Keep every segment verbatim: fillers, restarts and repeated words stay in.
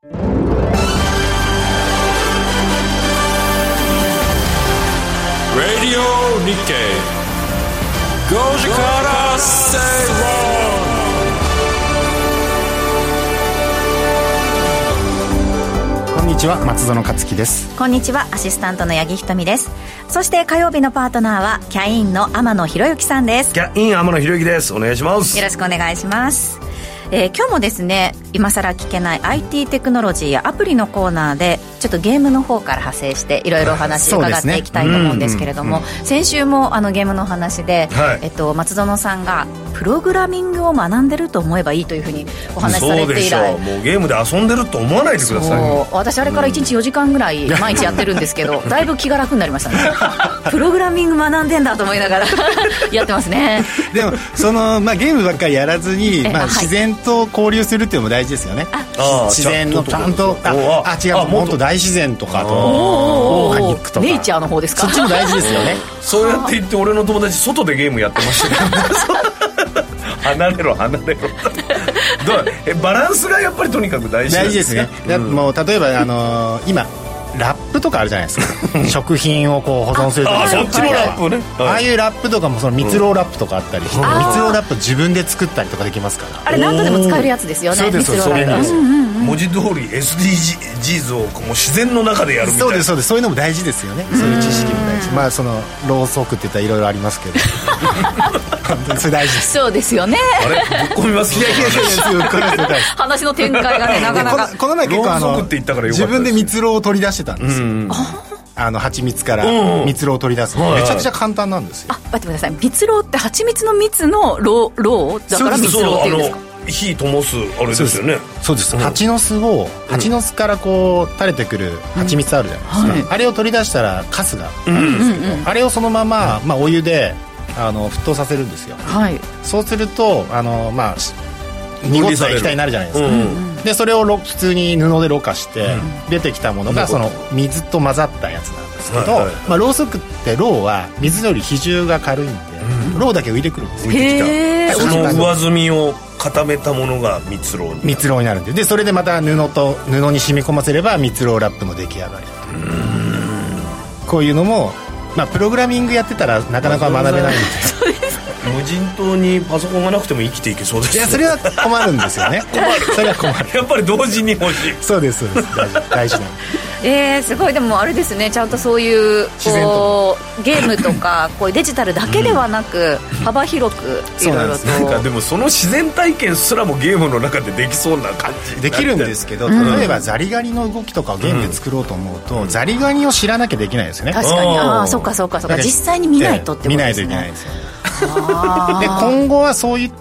Radio Nikkeiごじから正論。 こんにちは、松園克樹です。 こんにちは、アシスタントの八木ひとみです。そして火曜日のパートナーはキャインの天野博之さんです。 キャイン天野博之です。お願いします。 よろしくお願いします。えー、今日もですね、今更聞けない アイティー テクノロジーやアプリのコーナーでちょっとゲームの方から派生していろいろお話伺っていきたいと思うんですけれども、先週もあのゲームの話で、はい、えっと、松園さんがプログラミングを学んでると思えばいいというふうにお話しされて以来、 そうでしょう。もうゲームで遊んでると思わないでください。 そう、私あれからいちにちよじかんぐらい毎日やってるんですけどだいぶ気が楽になりましたねプログラミング学んでんだと思いながらやってますね。 でもその、まあ、ゲームばっかりやらずに、まあ、自然と交流するっていうのも大事ですよね。あ、自然のちゃんと、ああ違う、本当大自然とかとオーガニックとかネイチャーの方ですか。 そっちも大事ですよねそうやって言って俺の友達外でゲームやってましたけど離れろ離れろどうえバランスがやっぱりとにかく大事なんですね。 大事ですね、うん、もう例えば、あのー、今ラップとかあるじゃないですか食品をこう保存するとか、 ああそっちのラップね、 はい、ああいうラップとかもその蜜ろうラップとかあったりして、うん、蜜ろうラップ自分で作ったりとかできますから。 あれ何度でも使えるやつですよね。 そうです、そうです、 文字通り エスディージーズ をもう自然の中でやるみたいな。 そうですそうです、そういうのも大事ですよね。そういう知識も大事。まあそのろうそくって言ったらいろいろありますけど本当にそれ大事です。 そうですよね。 あれぶっ込みます。 いやいやいやいやこれ話の展開がねなかなかこの前結構あの自分で蜜ろうを取り出してたんですよ、うん、あの蜂蜜から蜜ろうを取り出す、うん、めちゃくちゃ簡単なんですよ。 あ、待ってください、蜜ろうって蜂蜜の蜜のろう、ろうだから蜜ろうっていうんですか。 火灯すあれですよね。 そうです、うん、蜂の巣を蜂の巣からこう垂れてくる蜂蜜あるじゃないですか、うん、はい、あれを取り出したらカスがあるんですけど、うんうんうん、あれをそのまま、まあ、お湯であの沸騰させるんですよ、はい、そうするとあの、まあ、濁った液体になるじゃないですか、うんうん、でそれをろ普通に布でろ過して、うん、出てきたものがその水と混ざったやつなんですけど、はいはいはい、まあ、ろうそくってろうは水より比重が軽いんで、うん、ろうだけ浮いてくるんですよ。 へー、 その上澄みを固めたものが蜜ろうになる。 蜜ろうになるんで、でそれでまた布と布に染み込ませれば蜜ろうラップの出来上がり。うーん、こういうのも、まあ、プログラミングやってたらなかなか学べないんですよ。 無人島にパソコンがなくても生きていけそうです、ね、 いやそれは困るんですよね困るそれは困る。 やっぱり同時に欲しい。 そうですそうです、大事大事なえー、すごい。でもあれですね、ちゃんとそういうこうゲームとかこういうデジタルだけではなく、うん、幅広くいろいろと。 なんかでもその自然体験すらもゲームの中でできそうな感じできるんですけど、例えばザリガニの動きとかをゲームで作ろうと思うと、うん、ザリガニを知らなきゃできないですね。 確かに。ああ、そっかそっかそっか、実際に見ないとってことですね。 見ないといけないですよね。で今後はそういった、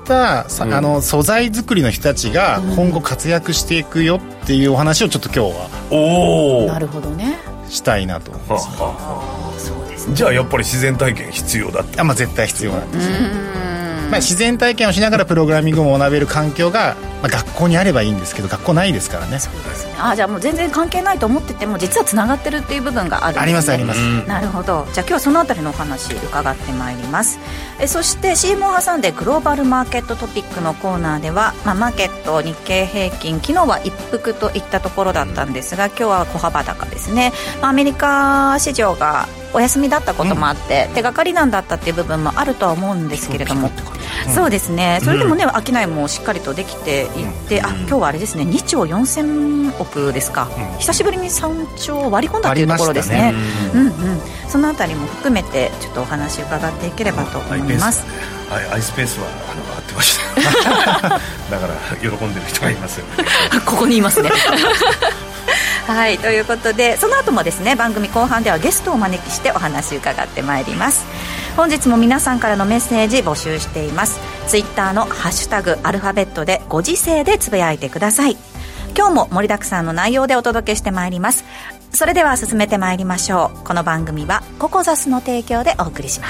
うん、あの素材作りの人たちが今後活躍していくよっていうお話をちょっと今日は、 おー、なるほどね、 したいなと思います。 はあ、そうですね。 じゃあやっぱり自然体験必要だって。 あ、まあ、絶対必要なんですよ。まあ、自然体験をしながらプログラミングを学べる環境が、まあ、学校にあればいいんですけど学校ないですからね。 そうですね。あ、じゃあもう全然関係ないと思ってても実はつながってるっていう部分があるんですね。 ありますあります、うん、 なるほど。じゃあ今日はそのあたりのお話伺ってまいります。えそして シーエム を挟んでグローバルマーケットトピックのコーナーでは、まあ、マーケット日経平均昨日は一服といったところだったんですが、今日は小幅高ですね。まあ、アメリカ市場がお休みだったこともあって、うん、手がかりなんだったっていう部分もあるとは思うんですけれども、うん、そうですね。それでもね、商いもしっかりとできていって、うん、あ、今日はあれですね、にちょうよんせんおくですか、うん、久しぶりにさんちょう割り込んだというところですね。うんうん、そのあたりも含めてちょっとお話伺っていければと思います。 はい、アイスペースはあの上がってましただから喜んでる人がいますよねここにいますねはい、ということでその後もですね、番組後半ではゲストをお招きしてお話伺ってまいります。本日も皆さんからのメッセージ募集しています。ツイッターのハッシュタグアルファベットでご時世でつぶやいてください。今日も盛りだくさんの内容でお届けしてまいります。それでは進めてまいりましょう。この番組はココザスの提供でお送りします。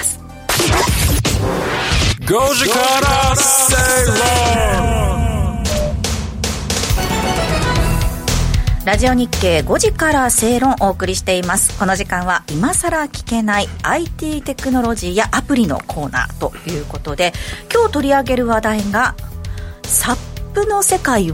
ごじから正論。 ラジオ日経ごじから正論をお送りしています。この時間は今さら聞けない アイティー テクノロジーやアプリのコーナーということで、今日取り上げる話題がサップの世界は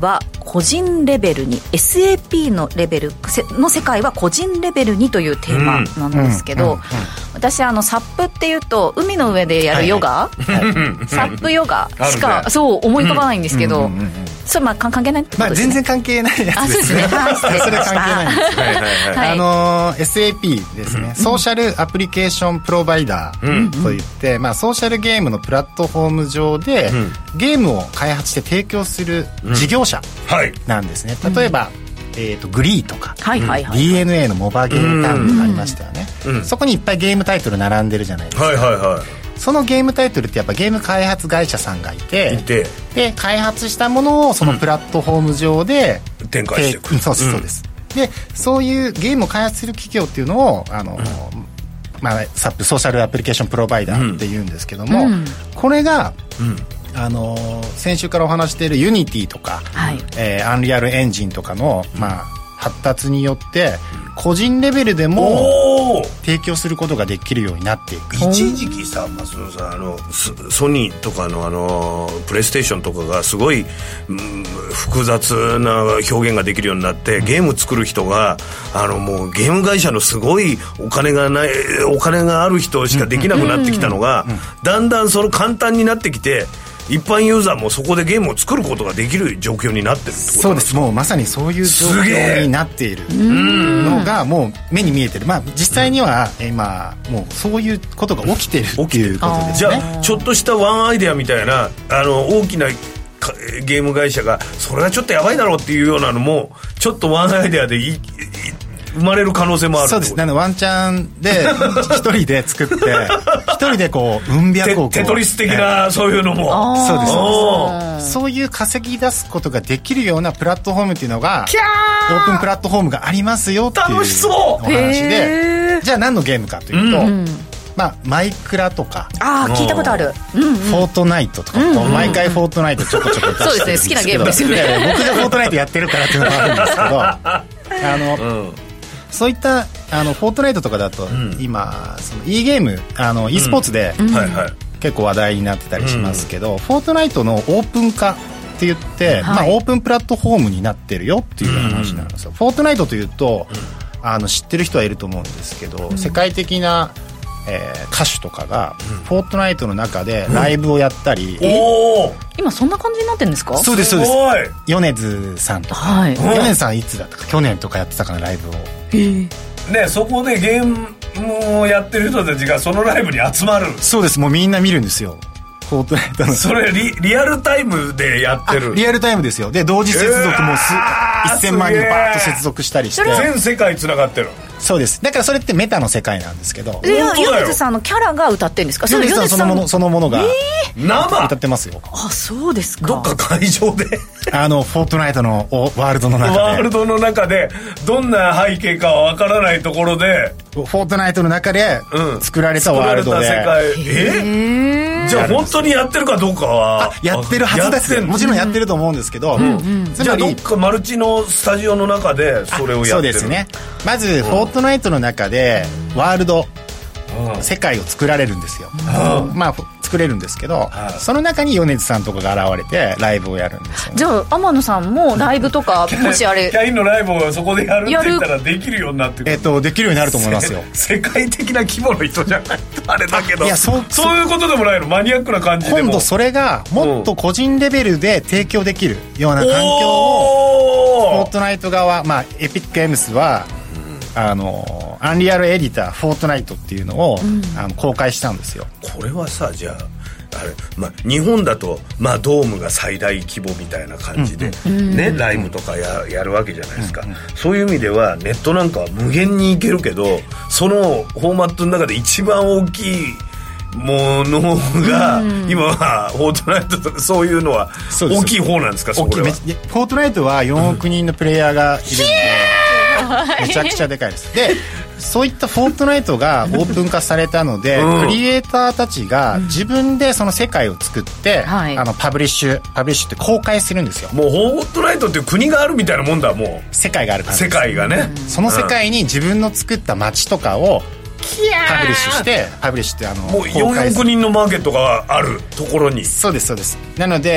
個人レベルに エスエーピー のレベルの世界は個人レベルにというテーマなんですけど、うんうんうんうん、私あのサップっていうと海の上でやるヨガ、はいはいはい、サップヨガしか、ね、そう思い浮かばないんですけど、うんうんうんうん、それまあ関係ないってことですね、 まあ、全然関係ないやつですね。 あ、そうですね、はい、失礼しました。 それ関係ないんですはいはいはい、はい、あの エスエーピー ですね、うん、ソーシャルアプリケーションプロバイダーといって、うんまあ、ソーシャルゲームのプラットフォーム上で、うん、ゲームを開発して提供する事業者なんですね、うんはい、例えば、えー、とグリーとか、はいはいはい、ディーエヌエー のモバゲームタウンとかありましたよね、うん、そこにいっぱいゲームタイトル並んでるじゃないですか、はいはいはい、そのゲームタイトルってやっぱゲーム開発会社さんがいて、いてで開発したものをそのプラットフォーム上で、 うん、展開していく、 そうそうです、うん、でそういうゲームを開発する企業っていうのをあの、うんまあ、サップソーシャルアプリケーションプロバイダーっていうんですけども、うん、これが、うんあのー、先週からお話しているユニティとか、はいえー、アンリアルエンジンとかの、まあ、発達によって個人レベルでも提供することができるようになっていく。 一時期さ、松野さんあのソニーとかの、あのプレイステーションとかがすごい、うん、複雑な表現ができるようになってゲーム作る人があのもうゲーム会社のすごいお金がないお金がある人しかできなくなってきたのが、うんうんうん、だんだんその簡単になってきて一般ユーザーもそこでゲームを作ることができる状況になってるってことなんですか？ そうです。もうまさにそういう状況になっているのがもう目に見えてる。まあ実際には今もうそういうことが起きてるっていうことですね。 じゃあちょっとしたワンアイデアみたいなあの大きなゲーム会社がそれはちょっとやばいだろうっていうようなのもちょっとワンアイデアでいい生まれる可能性もある。 そうですね。ワンチャンで一人で作って一人でこう運脈をこうテトリス的な、えー、そういうのもそうですそうです。そういう稼ぎ出すことができるようなプラットフォームっていうのがオープンプラットフォームがありますよっていう楽しそうお話で、じゃあ何のゲームかというと、うんまあ、マイクラとかあ聞いたことある、うんうん、 フォートナイトとか、うんうん、毎回フォートナイトちょこちょこ出してるんですけどそうですね好きなゲームですよね僕がフォートナイトやってるからっていうのがあるんですけどあの、うんそういったあのフォートナイトとかだと、うん、今その e ゲームあの e スポーツで、うん、結構話題になってたりしますけど、うん、フォートナイトのオープン化って言って、うんまあ、オープンプラットフォームになってるよっていう話なんですよ、うん、フォートナイトというと、うん、あの知ってる人はいると思うんですけど、うん、世界的な、えー、歌手とかが、うん、フォートナイトの中でライブをやったり、うん、 お今そんな感じになってるんですか？ そうですそうです米津さんとか、はい、米津さんいつだったか去年とかやってたかなライブをね、そこでゲームをやってる人たちがそのライブに集まる。 そうです。もうみんな見るんですよフォートナイトのそれ リ, リアルタイムでやってる。 リアルタイムですよ。で同時接続もす、えー、せんまん人バーッと接続したりして全世界つながってる。 そうです。だからそれってメタの世界なんですけど、 米津さんのキャラが歌ってるんですか？ 米津さんそのものそのものが、えー、 生歌ってますよ。 あそうですか。 どっか会場であのフォートナイトのワールドの中でワールドの中でどんな背景かはわからないところでフォートナイトの中で作られたワールドで、うん、作られた世界えじゃあ本当にやってるかどうかはやってるはずですよ。もちろんやってると思うんですけど、うんうん、つまりじゃあどっかマルチのスタジオの中でそれをやってる。 そうですね。まずフォートナイトの中でワールド、うん、世界を作られるんですよ、うん、まあ作れるんですけど、うん、その中に米津さんとかが現れてライブをやるんですよ、ね、 じゃあ天野さんもライブとかもしあれキャインのライブをそこでやるって言ったらできるようになってくる。 えっとできるようになると思いますよ。 世界的な規模の人じゃないとあれだけどいや そ, そういうことでもないの。マニアックな感じでも今度それがもっと個人レベルで提供できるような環境をフォートナイト側、まあ、エピックエムスはあのアンリアルエディターフォートナイトっていうのを、うん、あの公開したんですよ。 これはさじゃああれ、まあ、日本だと、まあ、ドームが最大規模みたいな感じで、うんうんね、ライブとか や, やるわけじゃないですか、うんうん、そういう意味ではネットなんかは無限にいけるけどそのフォーマットの中で一番大きいものが、うん、今はフォートナイトとかそういうのは大きい方なんですか？そこはフォートナイトはよんおく人のプレイヤーがいるので、うん、めちゃくちゃでかいです。でそういったフォートナイトがオープン化されたので、うん、クリエイターたちが自分でその世界を作って、うん、あのパブリッシュパブリッシュって公開するんですよ。 もうフォートナイトっていう国があるみたいなもんだ。もう世界がある感じです。 世界がね、 うん、その世界に自分の作った街とかをパブリッシュしてパブリッシュってあのもうよんおく人のマーケットがあるところに。 そうですそうです。なので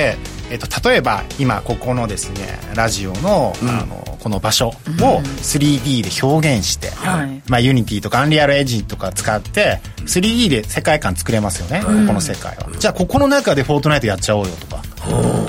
えっと、例えば今ここのですねラジオ の,、うん、あのこの場所を スリーディー で表現して、うんまあ、ユニティとかアンリアルエンジンとか使って スリーディー で世界観作れますよね、うん、ここの世界は、うん、じゃあここの中でフォートナイトやっちゃおうよとか、うん、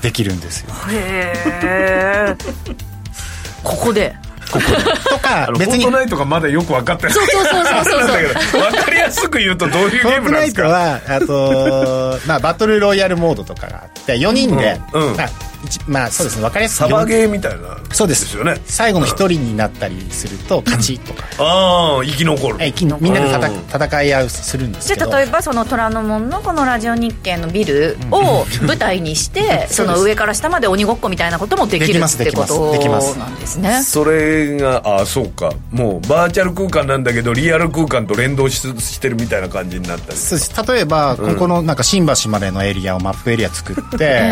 できるんですよ。 へーここでこことか別にフォートナイトがまだよく分かってない。 そうそうそうそうそう分かりやすく言うとどういうゲームなんですか。 フォートナイトはあと、まあ、バトルロイヤルモードとかがあってよにんで、うんうんまあまあそうですね分かりやすくサバゲーみたいなそうですですよね。最後の一人になったりすると勝ちとか、 うん、ああ生き残る生きのみんなでたた戦い合うするんですけど、 じゃあ例えばその虎ノ門のこのラジオ日経のビルを舞台にして、うん、その上から下まで鬼ごっこみたいなこともできるってことなんですね。 それがあそうかもうバーチャル空間なんだけどリアル空間と連動 し, してるみたいな感じになったり。 そうです例えば、うん、ここのなんか新橋までのエリアをマップエリア作って、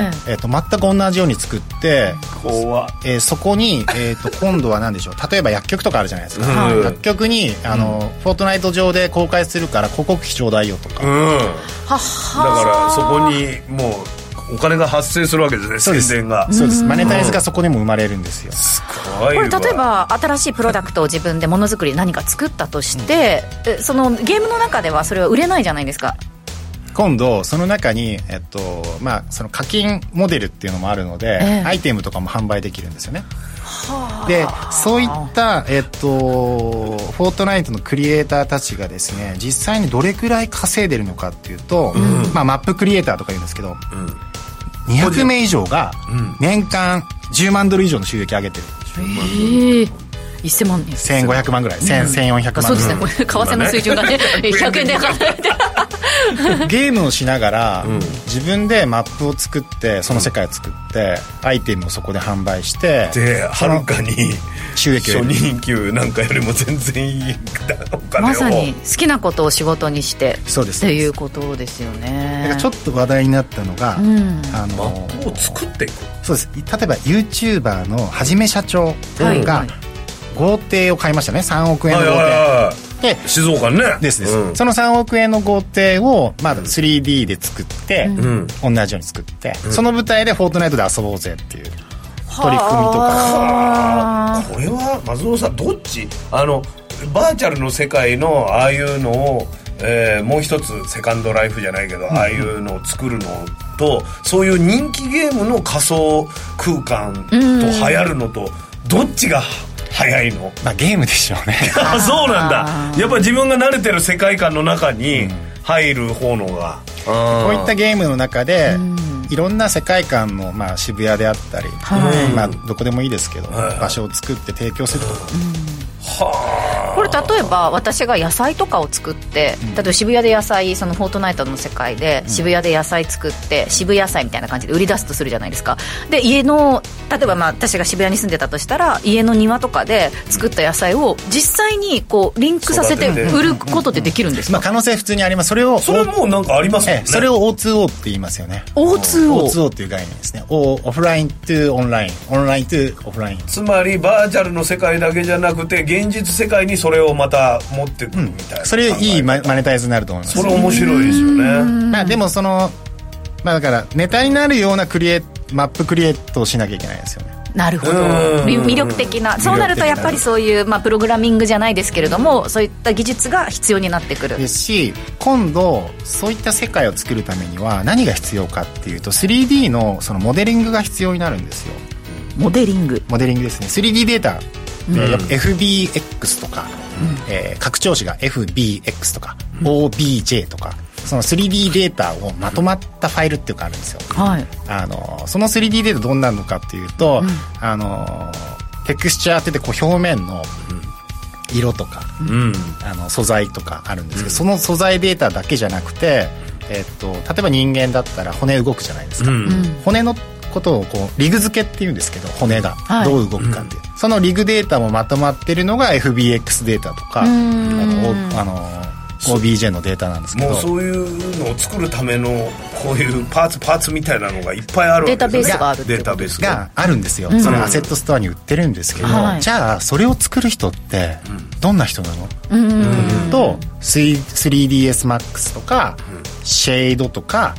えー、と全く同じように作って怖、 えー、そこに、えー、と今度は何でしょう例えば薬局とかあるじゃないですか、うん、薬局にあの、うん、フォートナイト上で公開するから広告費ちょうだいよとか、うん、ははだからそこにもうお金が発生するわけですね。宣伝がそうですマネタイズがそこでも生まれるんですよ。 すごいこれ例えば新しいプロダクトを自分でものづくり何か作ったとして、うん、そのゲームの中ではそれは売れないじゃないですか。 今度その中に、えっとまあ、その課金モデルっていうのもあるので、えー、アイテムとかも販売できるんですよね。でそういった、えっと、フォートナイトのクリエイターたちがですね実際にどれくらい稼いでるのかっていうと、うんまあ、マップクリエイターとか言うんですけど、うん、にひゃくめい以上が年間じゅうまんドル以上の収益上げてる。 えーせんまん人せんごひゃくまんぐらい、うん、せんよんひゃくまんそうですね、これ為替の水準がねひゃくえんで考えてゲームをしながら、うん、自分でマップを作ってその世界を作って、うん、アイテムをそこで販売してではるかに収益を初任給なんかよりも全然いいお金をまさに好きなことを仕事にしてそうですっていうことですよね。 だからちょっと話題になったのが、うん、あのマップを作っていくそうです。例えば YouTuber のはじめ社長が、はいはい豪邸を買いましたね。さんおくえんの豪邸、はいはいはい、で静岡にねですです、うん、そのさんおくえんの豪邸を、まあ、スリーディー で作って、うん、同じように作って、うん、その舞台でフォートナイトで遊ぼうぜっていう取り組みとか。 これは松尾さんどっちあのバーチャルの世界のああいうのを、えー、もう一つセカンドライフじゃないけど、うん、ああいうのを作るのとそういう人気ゲームの仮想空間と流行るのとどっちが早いの？ まあ、ゲームでしょうねあそうなんだ。やっぱ自分が慣れてる世界観の中に入る方のが、 うん、こういったゲームの中で、うん、いろんな世界観の、まあ、渋谷であったり、はいまあ、どこでもいいですけど、はい、場所を作って提供すると、うんはあ、これ例えば私が野菜とかを作って、うん、例えば渋谷で野菜そのフォートナイトの世界で渋谷で野菜作って、うん、渋野菜みたいな感じで売り出すとするじゃないですか。で家の例えばまあ私が渋谷に住んでたとしたら家の庭とかで作った野菜を実際にこうリンクさせて売ることってできるんですか？ まあ、可能性普通にあります。それをそれもうなんかありますもんね、 ええ、それを オーツーオー って言いますよね。 オーツーオーオーツーオー っていう概念ですね。オフライントゥオンラインオンライントゥオフライン。 つまりバーチャルの世界だけじゃなくて現実世界にそれをまた持ってくるみたいな、うん、 それいいマネタイズになると思います。 それ面白いですよね。 まあ、でもその、まあ、だからネタになるようなクリエマップクリエイトをしなきゃいけないですよね。 なるほど。魅力的な。そうなるとやっぱりそういう、まあ、プログラミングじゃないですけれどもそういった技術が必要になってくるですし、今度そういった世界を作るためには何が必要かっていうと スリーディー の, そのモデリングが必要になるんですよ。 モデリングモデリングですね。 スリーディー データ、うん、エフビーエックス とか、うんえー、拡張子が エフビーエックス とか、うん、オービージェー とかその スリーディー データをまとまったファイルっていうかあるんですよ、はい、あのその スリーディー データどんなのかっていうと、うん、あのテクスチャーって言ってこう表面の色とか、うん、あの素材とかあるんですけど、うん、その素材データだけじゃなくて、えっと、例えば人間だったら骨動くじゃないですか、うん、骨のことをこうリグ付けっていうんですけど骨がどう動くかっていう、はい、そのリグデータもまとまってるのが エフビーエックス データとか、あのあのオービージェー のデータなんですけど、 もうそういうのを作るためのこういうパーツパーツみたいなのがいっぱいあるわけですね。 データベースがあるデータベースがあるんですよ、うん、そのアセットストアに売ってるんですけど、はい、じゃあそれを作る人ってどんな人なの、うん、うんと スリーディーエスマックス とか、うん、シェードとか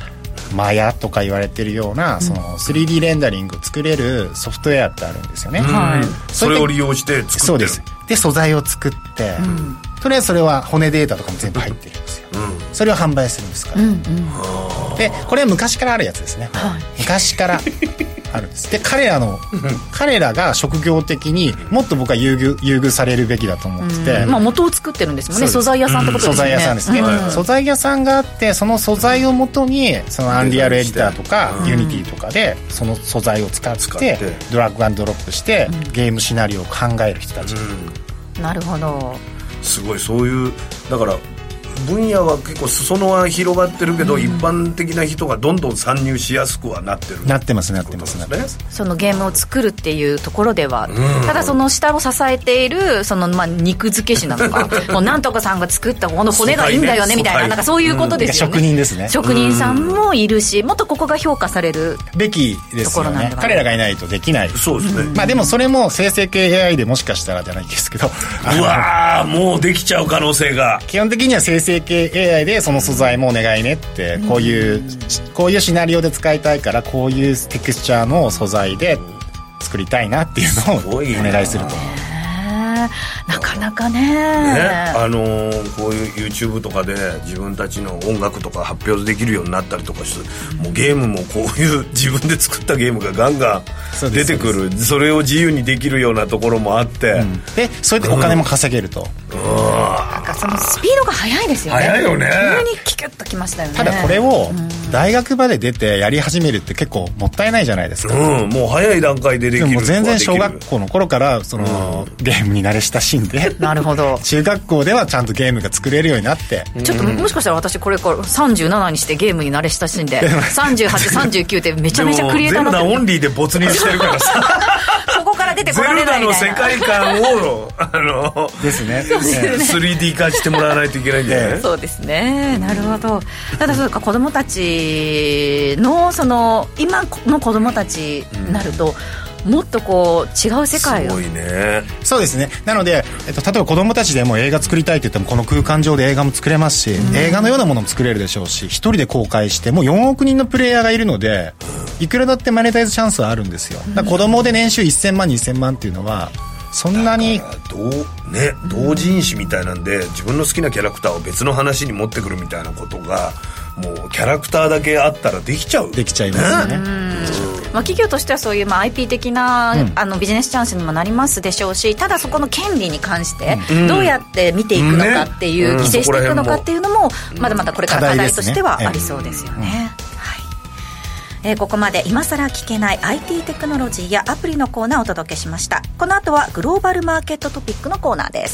マヤとか言われてるようなその スリーディー レンダリングを作れるソフトウェアってあるんですよね、 はい、それを利用して作ってる。 そうです。で素材を作って、うん、とりあえずそれは骨データとかも全部入ってるんですよ、うん、それを販売するんですから、うんうん、でこれは昔からあるやつですね、はい、昔からあるんです。で彼らの彼らが職業的にもっと僕は優遇、優遇されるべきだと思ってて、 まあ、元を作ってるんですもんね。素材屋さんってことですね、 素材屋さんですね、うん、素材屋さんがあってその素材をもとにそのアンリアルエディターとかユニティとかでその素材を使ってドラッグアンドドロップしてゲームシナリオを考える人たち、 うん、なるほど。 すごいそういうだから分野は結構裾野は広がってるけど、うん、一般的な人がどんどん参入しやすくはなってるなってますなってますなってます。 そのゲームを作るっていうところでは、うん、ただその下を支えているそのまあ肉付け師なのかもうなんとかさんが作ったこの骨がいいんだよねみたいな、なんかそういうことですよね、 うん、職人ですね。 職人さんもいるし、もっとここが評価されるべきですよね。彼らがいないとできない。 そうですね、 まあ、でもそれも生成系 エーアイ でもしかしたらじゃないですけどうわーもうできちゃう可能性が。 基本的には生成系 エーアイ でその素材もお願いねってこういう、うん、こういうシナリオで使いたいからこういうテクスチャーの素材で作りたいなっていうのをお願いすると。 なかなか ね, ねあのー、こういう YouTube とかで自分たちの音楽とか発表できるようになったりとかして、うん、もうゲームもこういう自分で作ったゲームがガンガン出てくる そ, それを自由にできるようなところもあって、うん、 でそれでお金も稼げると、 うん、なんかそのスピードが速いですよね。 速いよね。 急にキュッときましたよね。 ただこれを大学まで出てやり始めるって結構もったいないじゃないですか、 うん、もう早い段階でできる。 でも全然小学校の頃からその、うん、ゲームに慣れ親しんでなるほど。 中学校ではちゃんとゲームが作れるようになって、 ちょっともしかしたら私これからさんじゅうななにしてゲームに慣れ親しんでさんじゅうはち、さんじゅうきゅうってめちゃめちゃクリエイターになってる。 ゼルダオンリーで没入してるからさここから出てこられないみたいな。 ゼルダの世界観をあのですねスリーディー 化してもらわないといけないんじゃない。 そうですね、なるほど。ただそうか子供たちのその今の子供たちになると、うん、もっとこう違う世界を。 すごいね。 そうですね。なので、えっと、例えば子供たちでも映画作りたいって言ってもこの空間上で映画も作れますし、うん、映画のようなものも作れるでしょうし、一人で公開してもうよんおくにんのプレイヤーがいるので、いくらだってマネタイズチャンスはあるんですよ。だから子供で年収せんまんにせんまんっていうのはそんなに同、ね、同人誌みたいなんで自分の好きなキャラクターを別の話に持ってくるみたいなことがもうキャラクターだけあったらできちゃう。 できちゃいますね。 まあ、企業としてはそういうまあ アイピー 的な、うん、あのビジネスチャンスにもなりますでしょうし、ただそこの権利に関してどうやって見ていくのかっていう、うん、規制していくのかっていうのもまだまだこれから課題としてはありそうですよね。えー、ここまで今さら聞けない アイティー テクノロジーやアプリのコーナーをお届けしました。この後はグローバルマーケットトピックのコーナーです。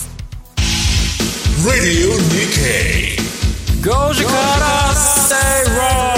Radio Nikkei ごじから Stay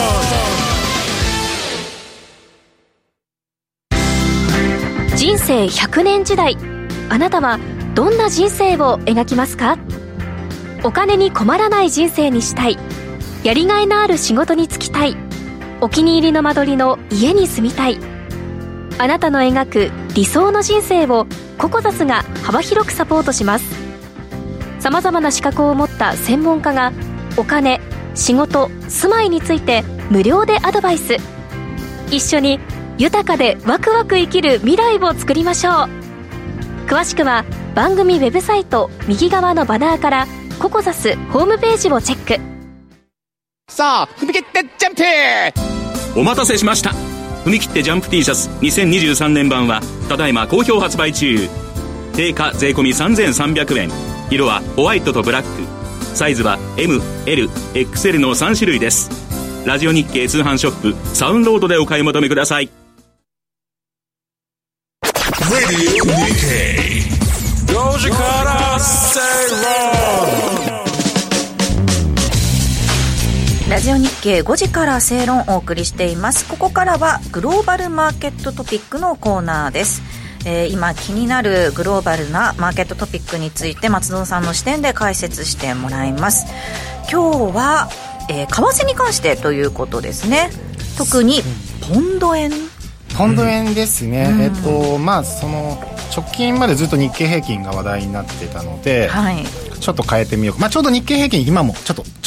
Wrong。 人生ひゃくねん時代、あなたはどんな人生を描きますか？お金に困らない人生にしたい、やりがいのある仕事に就きたい、お気に入りの間取りの家に住みたい。あなたの描く理想の人生をココザスが幅広くサポートします。さまざまな資格を持った専門家がお金、仕事、住まいについて無料でアドバイス。一緒に豊かでワクワク生きる未来を作りましょう。詳しくは番組ウェブサイト右側のバナーからココザスホームページをチェック。 さあ踏み切ってジャンプ。 お待たせしました。踏み切ってジャンプ T シャツにせんにじゅうさんねん版はただいま好評発売中。定価税込さんぜんさんびゃくえん、色はホワイトとブラック、サイズは エム、エル、エックスエル のさん種類です。ラジオ日経通販ショップサウンロードでお買い求めください。 Radio Nikkei ごじから Stay Wrong。 ラジオ日経ごじから正論をお送りしています。ここからはグローバルマーケットトピックのコーナーです。えー、今気になるグローバルなマーケットトピックについて松園さんの視点で解説してもらいます。今日は、えー、為替に関してということですね。特にポンド円ポンド円ですね、うん、えっとまあその直近までずっと日経平均が話題になってたので、はい、ちょっと変えてみようか、まあ、ちょうど日経平均今もちょっとちょっ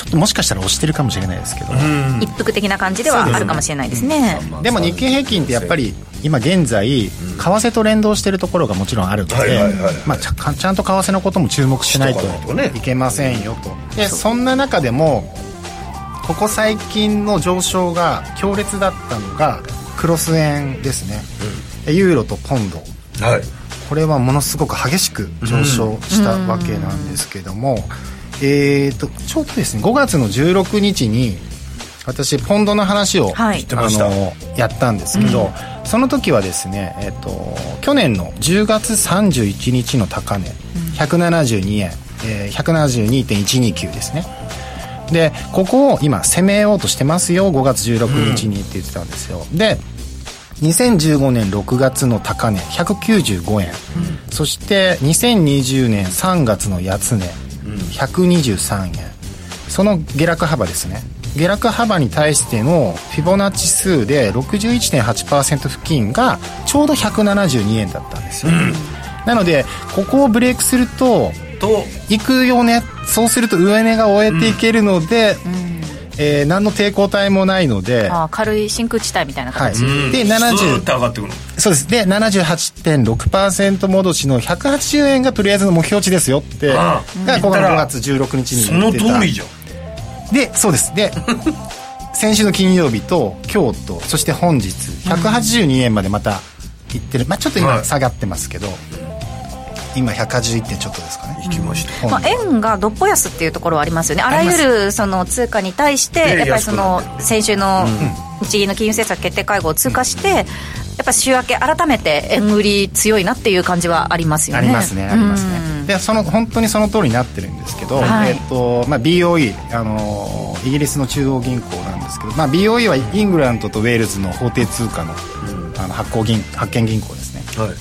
ともしかしたら押してるかもしれないですけど、 一服的な感じではあるかもしれないですね。 でも日経平均ってやっぱり今現在為替と連動してるところがもちろんあるので、まあちゃ、ちゃんと為替のことも注目しないといけませんよと。でそんな中でもここ最近の上昇が強烈だったのがクロス円ですね、うん、ユーロとポンド、はい、これはものすごく激しく上昇したわけなんですけども、うん、えーとちょうどですねごがつのじゅうろくにちに私ポンドの話を、はい、あのやったんですけど、うん、その時はですね、えーと去年のじゅうがつさんじゅういちにちの高値、うん、ひゃくななじゅうにえん、えー、ひゃくななじゅうにてんいちにきゅうですね。でここを今攻めようとしてますよごがつじゅうろくにちにって言ってたんですよ、うん、でにせんじゅうごねんろくがつの高値ひゃくきゅうじゅうごえん、うん、そしてにせんにじゅうねんさんがつの安値、うん、ひゃくにじゅうさんえん、その下落幅ですね。下落幅に対してのフィボナッチ数で ろくじゅういちてんはちパーセント 付近がちょうどひゃくななじゅうにえんだったんですよ、うん、なのでここをブレイクするとと行くよね。そうすると上値が終えていけるので、うん、えー、何の抵抗体もないので、 あ軽い真空地帯みたいな形、 はい、でななじゅうスーッと上がってくる。 そうです。で ななじゅうはちてんろくパーセント 戻しのひゃくはちじゅうえんがとりあえずの目標値ですよってがこのごがつじゅうろくにちに言ってた。 その通りじゃん。 でそうですで先週の金曜日と今日とそして本日ひゃくはちじゅうにえんまでまた行ってる、まあ、ちょっと今下がってますけど、はい、今ひゃくはちじゅういってんちょっとですかね。 行きました、 まあ、円がどっぽ安っていうところはありますよね。あらゆるその通貨に対してやっぱりその先週の日銀の金融政策決定会合を通過してやっぱ週明け改めて円売り強いなっていう感じはありますよね。 ありますねありますね。でその本当にその通りになってるんですけど、はい、えーとまあ、ビーオーイー、あのー、イギリスの中央銀行なんですけど、まあ、ビーオーイー はイングランドとウェールズの法定通貨 の,、うん、あの発行銀発券銀行ですね、はい、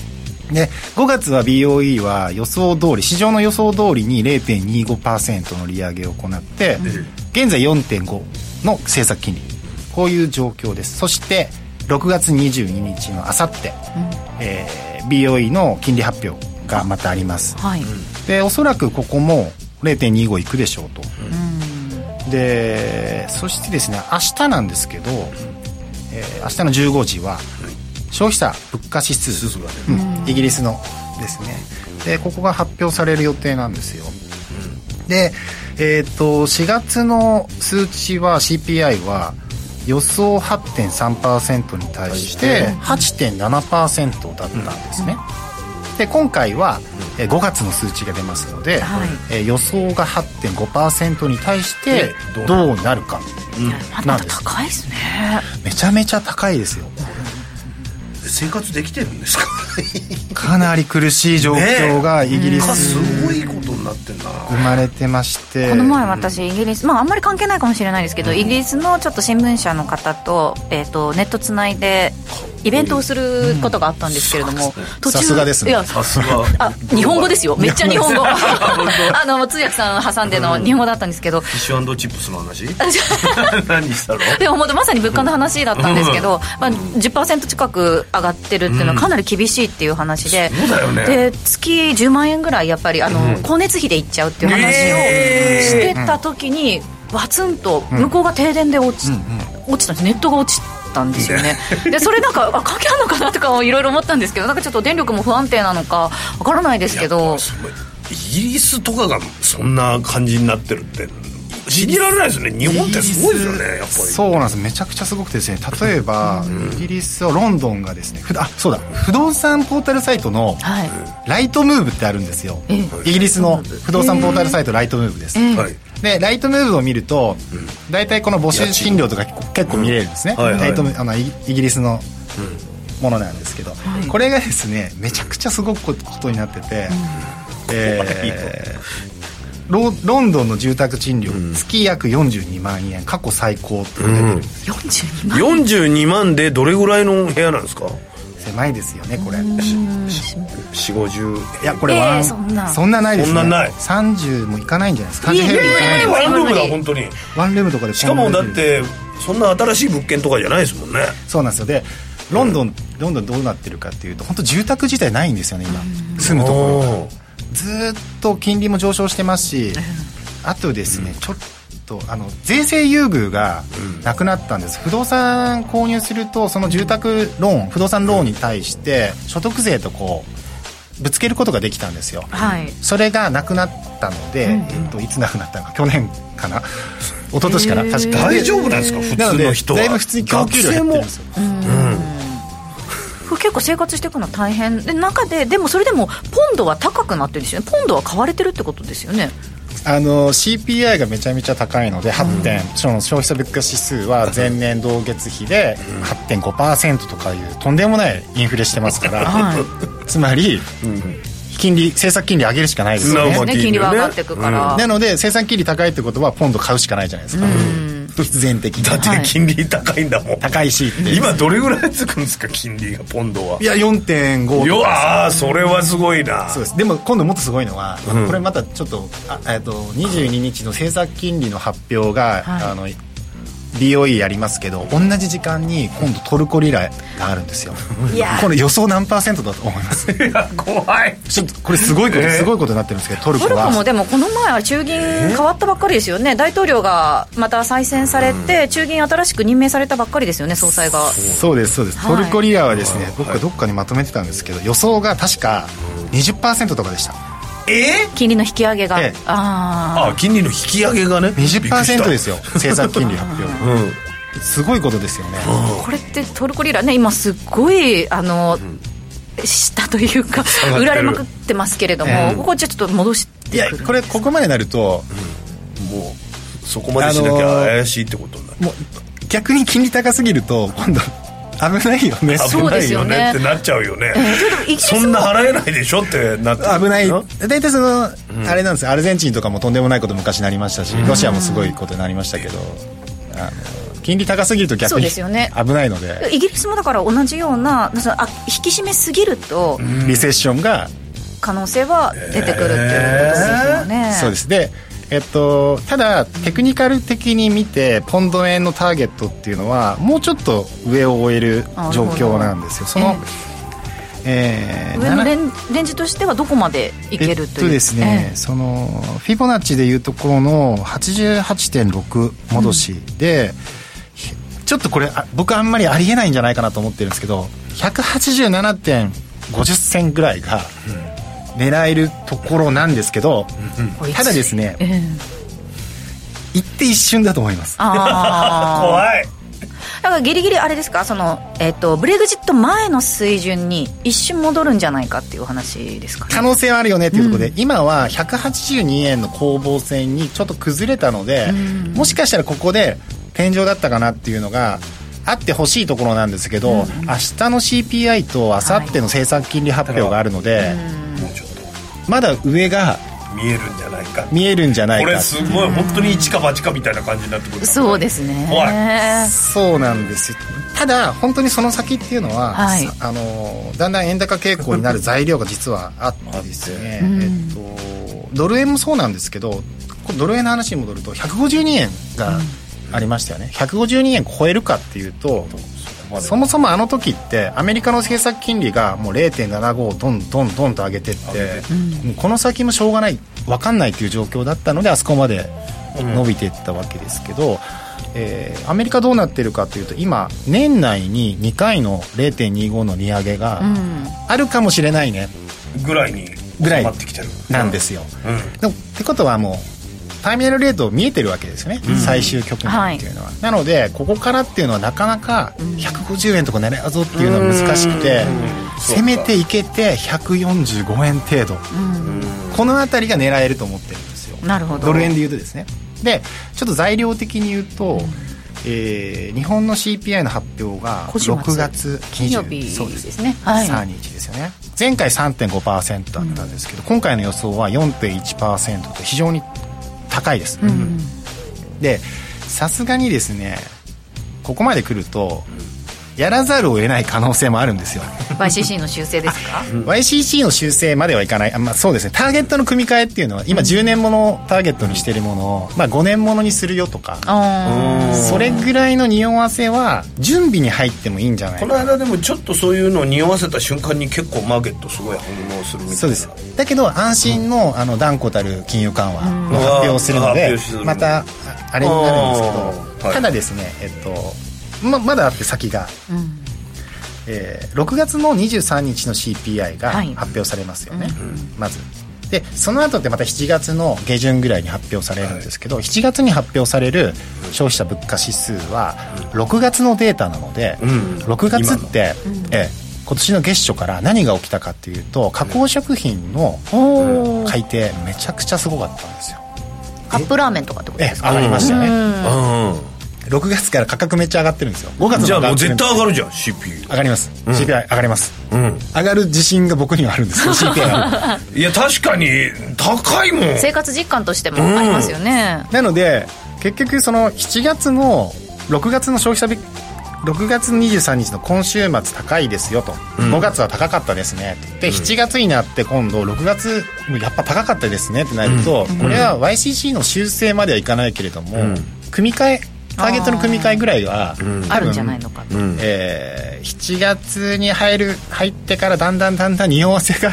でごがつは ビーオーイー は予想通り市場の予想通りに れいてんにごパーセント の利上げを行って、うん、現在 よんてんご の政策金利、こういう状況です。そしてろくがつにじゅうににちのあさって、えー、ビーオーイー の金利発表がまたあります、はい、でおそらくここも れいてんにご いくでしょうと、うん、でそしてですね明日なんですけど、えー、明日のじゅうごじは消費者物価指数、うん、イギリスのですね。でここが発表される予定なんですよ、うん、で、えー、としがつの数値は シーピーアイ は予想 はちてんさんパーセント に対して はちてんななパーセント だったんですね、うん、で今回はごがつの数値が出ますので、はい、え予想が はちてんごパーセント に対してどうなるかなんです。 まだ高いですね。 めちゃめちゃ高いですよ。 生活できてるんですかかなり苦しい状況がイギリス、 ね、すごいことになってんだな。 生まれてまして、 この前私イギリス、まああんまり関係ないかもしれないですけど、うん、イギリスのちょっと新聞社の方と、えー、とネットつないでイベントをすることがあったんですけれども、 うん、途中さすがですね。いやさすがあ日本語ですよ。めっちゃ日本語あの通訳さん挟んでの日本語だったんですけど、 フィッシュ&チップスの話何したの。 でもまさに物価の話だったんですけど、まあ、じゅっパーセント 近く上がってるっていうのはかなり厳しいっていう話で、 うん、そうだよね。 で月じゅうまんえんぐらいやっぱりあの、うん、光熱費でいっちゃうっていう話をしてた時にバツンと向こうが停電で落ち、うん、落ちたんです。ネットが落ちたんですよね。でそれなんか関係あるのかなとかいろいろ思ったんですけど、なんかちょっと電力も不安定なのかわからないですけど、 イギリスとかがそんな感じになってるって信じられないですね。日本ってすごいですよね。やっぱりそうなんです。めちゃくちゃすごくてですね、例えば、うん、イギリスはロンドンがですね、あそうだ不動産ポータルサイトのライトムーブってあるんですよ、はい、イギリスの不動産ポータルサイトライトムーブです、えーはい、でライトムーブを見ると大体、うん、この募集金料とか結構見れるんですね、うんはいはい、ライトあのイギリスのものなんですけど、うん、これがですねめちゃくちゃすごくことになってて、うんえーロ, ロンドンの住宅賃料、うん、月約よんじゅうにまんえん、過去最高って出てるんですよ、 うん、よんじゅうにまんよんじゅうにまんでどれぐらいの部屋なんですか。 狭いですよねこれ。よんじゅうごじゅういやこれは、えー、そんなそんなないですね。 そんなないさんじゅうもいかないんじゃないですか。 いやいやいやワンルームだ本当にワンルームとかでしかもだってそんな新しい物件とかじゃないですもんね。 そうなんですよ。でロンドン、うん、ロンドンどうなってるかっていうと本当住宅自体ないんですよね今住むところが。ずっと金利も上昇してますし、あとですね、うん、ちょっと、あの税制優遇がなくなったんです、うん、不動産購入するとその住宅ローン不動産ローンに対して所得税とこうぶつけることができたんですよ、はい、それがなくなったので、うんえっと、いつなくなったのか去年かな一昨年から確か大丈夫なんですか普通の人は。 だいぶ普通に供給量減ってるんですよ。うん、 結構生活していくのは大変で中ででもそれでもポンドは高くなってるんですよね。ポンドは買われてるってことですよね。 あの シーピーアイ がめちゃめちゃ高いのではってん、うん、その消費者物価指数は前年同月比で はってんごパーセント とかいうとんでもないインフレしてますから、はい、つまり、うん金利政策金利上げるしかないですよ ね, ね金利は上がっていくから、 うん、なので政策金利高いってことはポンド買うしかないじゃないですか、うん、必然的にだって金利高いんだもん、 はい、高いしって今どれぐらいつくんですか金利がポンドは。 いや よんてんご とか。 ああそれはすごいな。 そうです。でも今度もっとすごいのは、うん、これまたちょっとあえっとにじゅうににちの政策金利の発表が、はい、あのビーオーイー やりますけど同じ時間に今度トルコリラがあるんですよ。いやこれ予想何パーセントだと思います？ いや怖い。 ちょっとこれすごいこと、えー、すごいことになってるんですけどトルコはトルコもでもこの前は中銀変わったばっかりですよね。大統領がまた再選されて、うん、中銀新しく任命されたばっかりですよね総裁が。 そうですそうです、はい、トルコリラはですね僕はどっかにまとめてたんですけど予想が確か にじゅっパーセント とかでした。 えー、金利の引き上げが、ええ、 ああ金利の引き上げがねにじゅっパーセント ですよ政策金利発表、うんすごいことですよね。 これってトルコリラね今すっごいあの、うん、下というか売られまくってますけれども、えー、ここじゃちょっと戻してくる。 いやこれここまでなると、 うん、もうそこまでしなきゃ怪しいってことになる、 もう逆に金利高すぎると今度危ないよね危ないよねってなっちゃうよね、えー、そんな払えないでしょってなって危ない。大体その、うん、あれなんですよアルゼンチンとかもとんでもないこと昔なりましたし、うん、ロシアもすごいことになりましたけど、あの金利高すぎると逆に危ないの で, で、 ね、イギリスもだから同じようなあ引き締めすぎるとリセッションが可能性は出てくるっていうことですよね、 えー、そうです。で、えっと、ただテクニカル的に見てポンド円のターゲットっていうのはもうちょっと上を終える状況なんですよ。その、 えーえー、上のレ ン, レンジとしてはどこまでいけるという、 えっとですねえー、そのフィボナッチでいうところの はちじゅうはちてんろく 戻しで、うんちょっとこれ僕あんまりありえないんじゃないかなと思ってるんですけど ひゃくはちじゅうななてんごじゅっせんぐらいが狙えるところなんですけど、うん、ただですね、うん、行って一瞬だと思います。 あ怖い。 だからギリギリあれですかその、えー、とブレグジット前の水準に一瞬戻るんじゃないかっていう話ですかね。 可能性はあるよねっていうところで、うん、今はひゃくはちじゅうにえんの攻防戦にちょっと崩れたので、うん、もしかしたらここで天井だったかなっていうのがあってほしいところなんですけど、うん、明日の シーピーアイ と明後日の政策金利発表があるので、はい、もうちょっとまだ上が見えるんじゃないか見えるんじゃないか。 これすごい本当に一か八かみたいな感じになってくる。 そうですね怖い。そうなんですよ。ただ本当にその先っていうのは、はい、あのだんだん円高傾向になる材料が実はあってですねえっとドル円もそうなんですけどドル円の話に戻るとひゃくごじゅうにえんが、うんありましたよね。ひゃくごじゅうにえん超えるかっていうとそもそもあの時ってアメリカの政策金利がもう れいてんななご ドンドンドンと上げてって、うん、もうこの先もしょうがない分かんないっていう状況だったのであそこまで伸びていったわけですけど、うんえー、アメリカどうなってるかというと今年内ににかいの れいてんにご の利上げがあるかもしれないね、 うん、ぐらいに収まってきてるなんですよ、うんうん、でもってことはもうターミナルレート見えてるわけですよね、うん、最終局面っていうのは、はい、なのでここからっていうのはなかなかひゃくごじゅうえんとか狙うぞっていうのは難しくて、せめていけてひゃくよんじゅうごえん程度、この辺りが狙えると思ってるんですよ。 なるほど。 ドル円で言うとですね。でちょっと材料的に言うと、うんえー、日本の シーピーアイ の発表がろくがつ金曜日ですね、はい、 さんにちですよね。前回 さんてんごパーセント だったんですけど、うん、今回の予想は よんてんいちパーセント と非常に高いです、うん、でさすがにですねここまで来るとやらざるを得ない可能性もあるんですよ。 ワイシーシー の修正ですか？ ワイシーシー の修正まではいかない。あ、まあ、そうですね。ターゲットの組み替えっていうのは今じゅうねんものをターゲットにしているものを、まあ、ごねんものにするよとか、それぐらいの匂わせは準備に入ってもいいんじゃないか。 この間でもちょっとそういうのを匂わせた瞬間に結構マーケットすごい反応するみたいな。 そうです。だけど安心の、あの断固たる金融緩和の発表をするので、またあれになるんですけど、はい、ただですね、えっと ま, まだあって先が、うんえー、ろくがつのにじゅうさんにちの シーピーアイ が発表されますよね、はい、まずでその後ってまたしちがつの下旬ぐらいに発表されるんですけど、はい、しちがつに発表される消費者物価指数はろくがつのデータなので、うん、ろくがつって、うんえー、今年の月初から何が起きたかっていうと、加工食品の改定めちゃくちゃすごかったんですよ。 カップラーメンとかってことですか？ え上がりましたよね。うんうんろくがつから価格めっちゃ上がってるんですよ。ごがつもじゃあもう絶対上がるじゃん。 シーピーアイ上がります、うん、シーピーアイ 上がります、 うん、 上がる自信が僕にはあるんですよ。 シーピーアイ がいや確かに高いもん。 生活実感としてもありますよね、 うん、なので結局そのしちがつのろくがつの消費者びろくがつにじゅうさんにちの今週末高いですよと、うん、ごがつは高かったですねって、うん、しちがつになって今度ろくがつやっぱ高かったですねってなると、うん、これは ワイシーシー の修正まではいかないけれども、うん、組み替えターゲットの組み替えぐらいはあるんじゃないのかと、うんえー、しちがつに入る入ってからだんだんだんだん匂わせが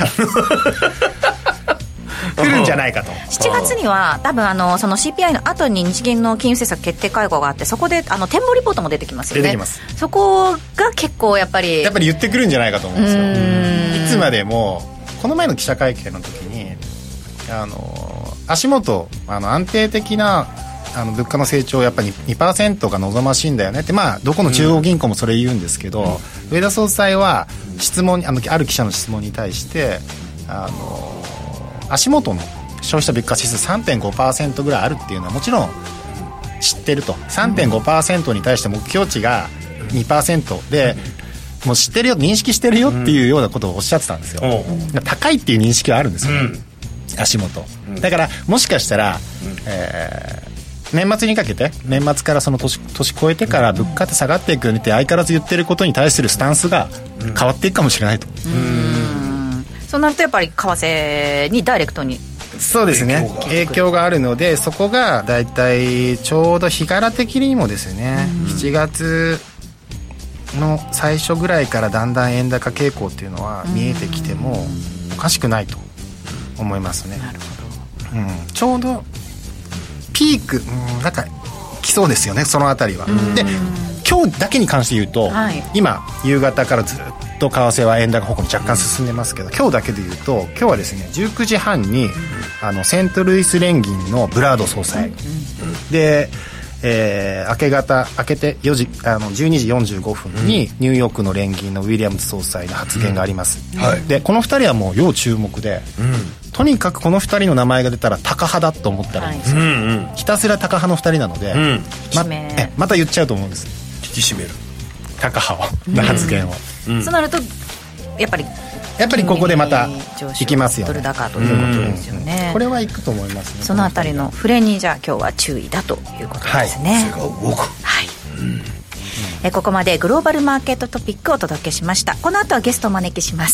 来るんじゃないかと。 しちがつには多分あのその シーピーアイ の後に日銀の金融政策決定会合があって、そこであの展望リポートも出てきますよね。 出てきます。 そこが結構やっぱりやっぱり言ってくるんじゃないかと思うんですよ。いつまでもこの前の記者会見の時にあの足元あの安定的なあの物価の成長やっぱり にパーセント が望ましいんだよねって、まあ、どこの中央銀行もそれ言うんですけど、うん、上田総裁は質問あのある記者の質問に対してあの足元の消費者物価指数 さんてんごパーセント ぐらいあるっていうのはもちろん知ってると。 さんてんごパーセント に対して目標値が にパーセント でもう知ってるよ認識してるよっていうようなことをおっしゃってたんですよ、うん、高いっていう認識はあるんですよ、うん、足元だからもしかしたら、うんえー年末にかけて年末からその 年, 年越えてから物価って下がっていくよねって相変わらず言ってることに対するスタンスが変わっていくかもしれないと。うーんそうなるとやっぱり為替にダイレクトにそうですね影響があるので、そこがだいたいちょうど日柄的にもですねしちがつの最初ぐらいからだんだん円高傾向っていうのは見えてきてもおかしくないと思いますね。 なるほど、 うん、ちょうどピーク、うん、なんか来そうですよねそのあたりは。で今日だけに関して言うと、はい、今夕方からずっと為替は円高方向に若干進んでますけど、うん、今日だけで言うと今日はですねじゅうくじはんに、うん、あのセントルイス連銀のブラード総裁、うんうん、で、えー、明け方明けてよじあのじゅうにじよんじゅうごふんに、うん、ニューヨークの連銀のウィリアムズ総裁の発言があります、うんはい、でこのふたりはもう要注目で、うんとにかくこのふたりの名前が出たらタカ派だと思ったらいいんですよ、はいうんうん、ひたすらタカ派のふたりなので、うん、ま, えまた言っちゃうと思うんです。 引き締めるタカ派の発言を、 うんうん、そうなるとやっぱりやっぱりここでまた行きますよね。 ドル高ということですよね、 うん、これは行くと思いますね。 そのあたりの触れにじゃあ今日は注意だということですね。 はい、はいうんえここまでグローバルマーケットトピックをお届けしました。この後はゲストをお招きします。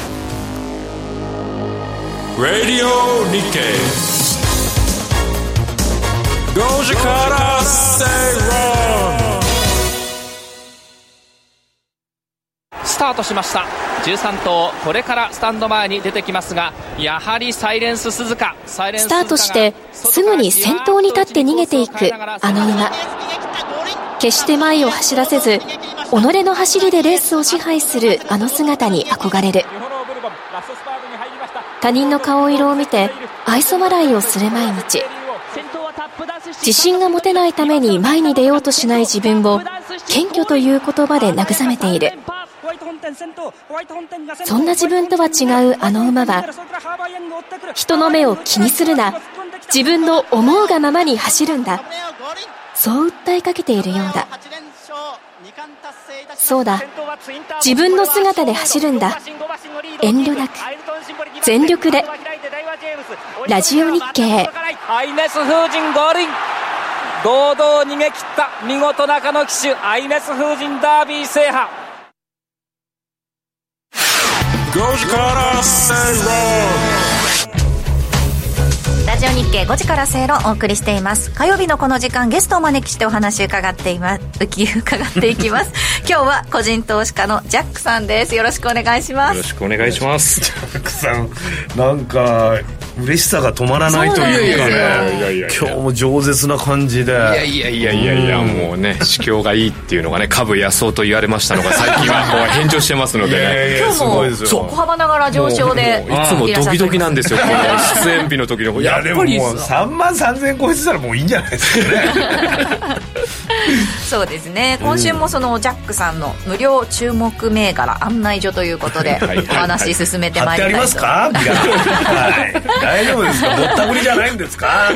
ラディオ日経ごじから正論スタートしました。じゅうさん頭これからスタンド前に出てきますが、やはりサイレンス鈴鹿サイレンススタートしてすぐに先頭に立って逃げていくあの馬、決して前を走らせず己の走りでレースを支配するあの姿に憧れる。他人の顔色を見て愛想笑いをする毎日。自信が持てないために前に出ようとしない自分を謙虚という言葉で慰めている。そんな自分とは違うあの馬は、人の目を気にするな、自分の思うがままに走るんだ、そう訴えかけているようだ。そうだ、自分の姿で走るんだ、遠慮なく全力で。ラジオ日経。 アイネス風神合輪堂々逃げ切った見事中野騎手、アイネス風神ダービー制覇。 ごじから正論。 ラジオ日経ごじから正論をお送りしています。火曜日のこの時間、ゲストをお招きしてお話伺っています伺っていきます今日は個人投資家のジャックさんです。よろしくお願いします。 よろしくお願いします。 ジャックさん、なんか嬉しさが止まらないというかね、いやいや今日も饒舌な感じで、いやいやいやいやいや、もうね、市況がいいっていうのがね、株安そうと言われましたのが最近はこう返上してますのでね。いやいや今日も小幅ながら上昇でいつもドキドキなんですよ、この出演日の時の。 いやでももうさんまんさんぜん超えてたらもういいんじゃないですかねそうですね、今週もそのジャックさんの無料注目銘柄案内所ということでお話進めてまいりたいと。貼ってありますかはい、大丈夫ですか、ぼったくりじゃないんですか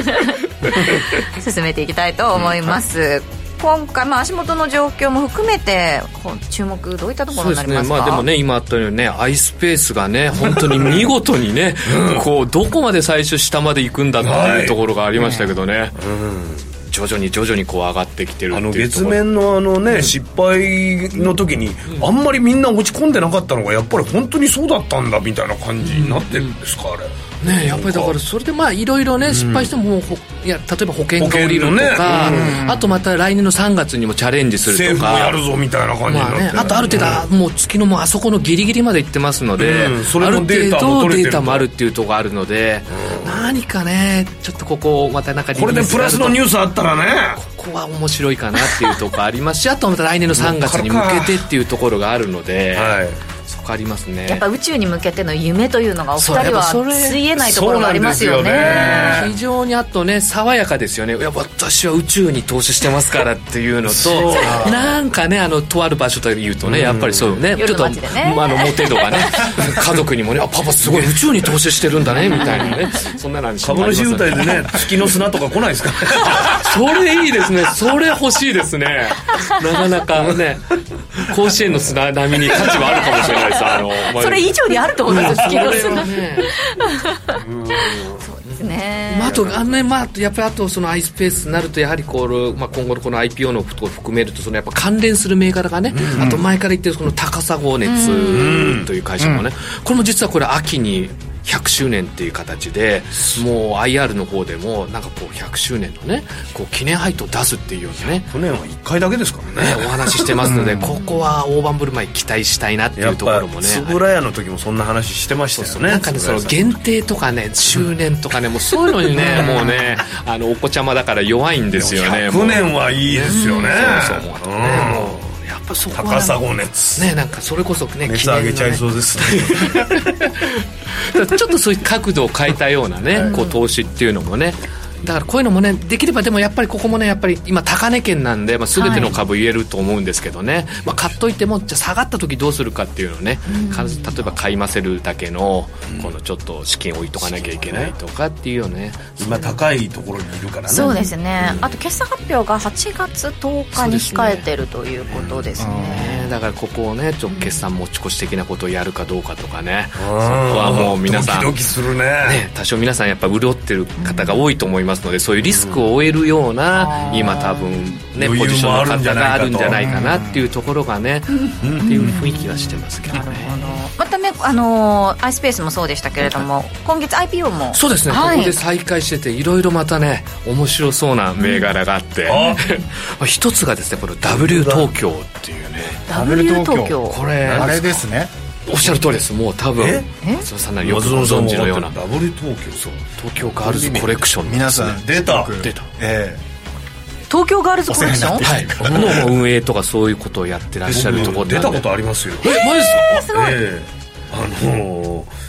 進めていきたいと思います、うん、今回、まあ、足元の状況も含めて注目どういったところになりますか。 そうですね、まあ、でもね、今あったようにね、アイスペースがね本当に見事にね、うん、こうどこまで最初下まで行くんだっていうところがありましたけどね、はい、うん徐々に徐々にこう上がってきてるっていうところ。 あの月面のあのね、うん、失敗の時にあんまりみんな落ち込んでなかったのがやっぱり本当にそうだったんだみたいな感じになってるんですか、あれね、やっぱりだからそれでまあいろいろね失敗しても、うん、いや例えば保険が下りるとか、ねうん、あとまた来年のさんがつにもチャレンジするとか、 政府もやるぞみたいな感じになって、まあね、 あとある程度、うん、もう月のもうあそこのギリギリまで行ってますので、 うん、それあるもデータも程度取れてるとデータもあるっていうところがあるので、うん、何かねちょっとここまたなんかこれでプラスのニュースあったらね、 ここは面白いかなっていうところありますしあとまた来年のさんがつに向けてっていうところがあるので、はいそこありますね。 やっぱ宇宙に向けての夢というのがお二人はついえないところがありますよ ね, よね非常にあとね爽やかですよね。いや私は宇宙に投資してますからっていうのとなんかねあのとある場所というとね、うん、やっぱりそうねちょっとあのモテ度がね家族にもねあパパすごい宇宙に投資してるんだねみたいなねそんなの株主優待でね月の砂とか来ないですかそれいいですね。それ欲しいですね。なかなかね甲子園の砂並みに価値はあるかもしれないです。あのそれ以上にあると思うんですけど、 ね、 そうですね。 まあ、あとあのね、まあ、やっぱりあとそのアイスペースになるとやはりこう、まあ、今後のこの アイピーオー のことを含めるとそのやっぱ関連する銘柄がね、うん、あと前から言ってるこの高砂熱という会社もね、うん、これも実はこれ秋にひゃくしゅうねんっていう形でもう アイアール の方でもなんかこうひゃくしゅうねんのねこう記念配当を出すっていうようなね去年はいっかいだけですからねお話ししてますので、うん、ここは大盤振る舞い期待したいなっていうところもね円谷の時もそんな話してましたよね。 なんかねその限定とかね周年とかねもうそういうのにねもうねあのお子ちゃまだから弱いんですよね。 ひゃくねんはいいですよね。 そうそうそう、うん、ねもうやっぱそこは高砂熱ねなんかそれこそね熱上げちゃいそうですねちょっとそういう角度を変えたようなねこう投資っていうのもねだからこういうのもねできればでもやっぱりここもねやっぱり今高値圏なんで、まあ、全ての株言えると思うんですけどね、はいまあ、買っといてもじゃあ下がった時どうするかっていうのをね、うん、例えば買いませるだけのこのちょっと資金置いとかなきゃいけないとかっていうよね今高いところにいるからね。 そうですね、うん、あと決算発表がはちがつとおかに控えてるということですね、 うん、だからここをねちょっと決算持ち越し的なことをやるかどうかとかね、うん、そこはもう皆さんドキドキする ね, ね多少皆さんやっぱ潤ってる方が多いと思いますのでそういうリスクを負えるような、うん、今多分ねポジションの方があるんじゃないかなっていうところがね、うん、っていう雰囲気はしてますけどね。なるほど。 またねあのー、アイスペースもそうでしたけれども、はい、今月 アイピーオー もそうですね、はい、ここで再開してていろいろまたね面白そうな銘柄があって、うん、一つがですねこの ダブリュー 東京っていうねダブリュー 東京これあれですねおっしゃる通りです。もう多分松田さんならよくご存知のようなダブリュー 東京そう東京ガールズコレクション、ね、 皆さん出た出た、 えー、東京ガールズコレクションはいの運営とかそういうことをやってらっしゃるところで出たことありますよ。 えマジですか。 えー、すごい、 えー、あのー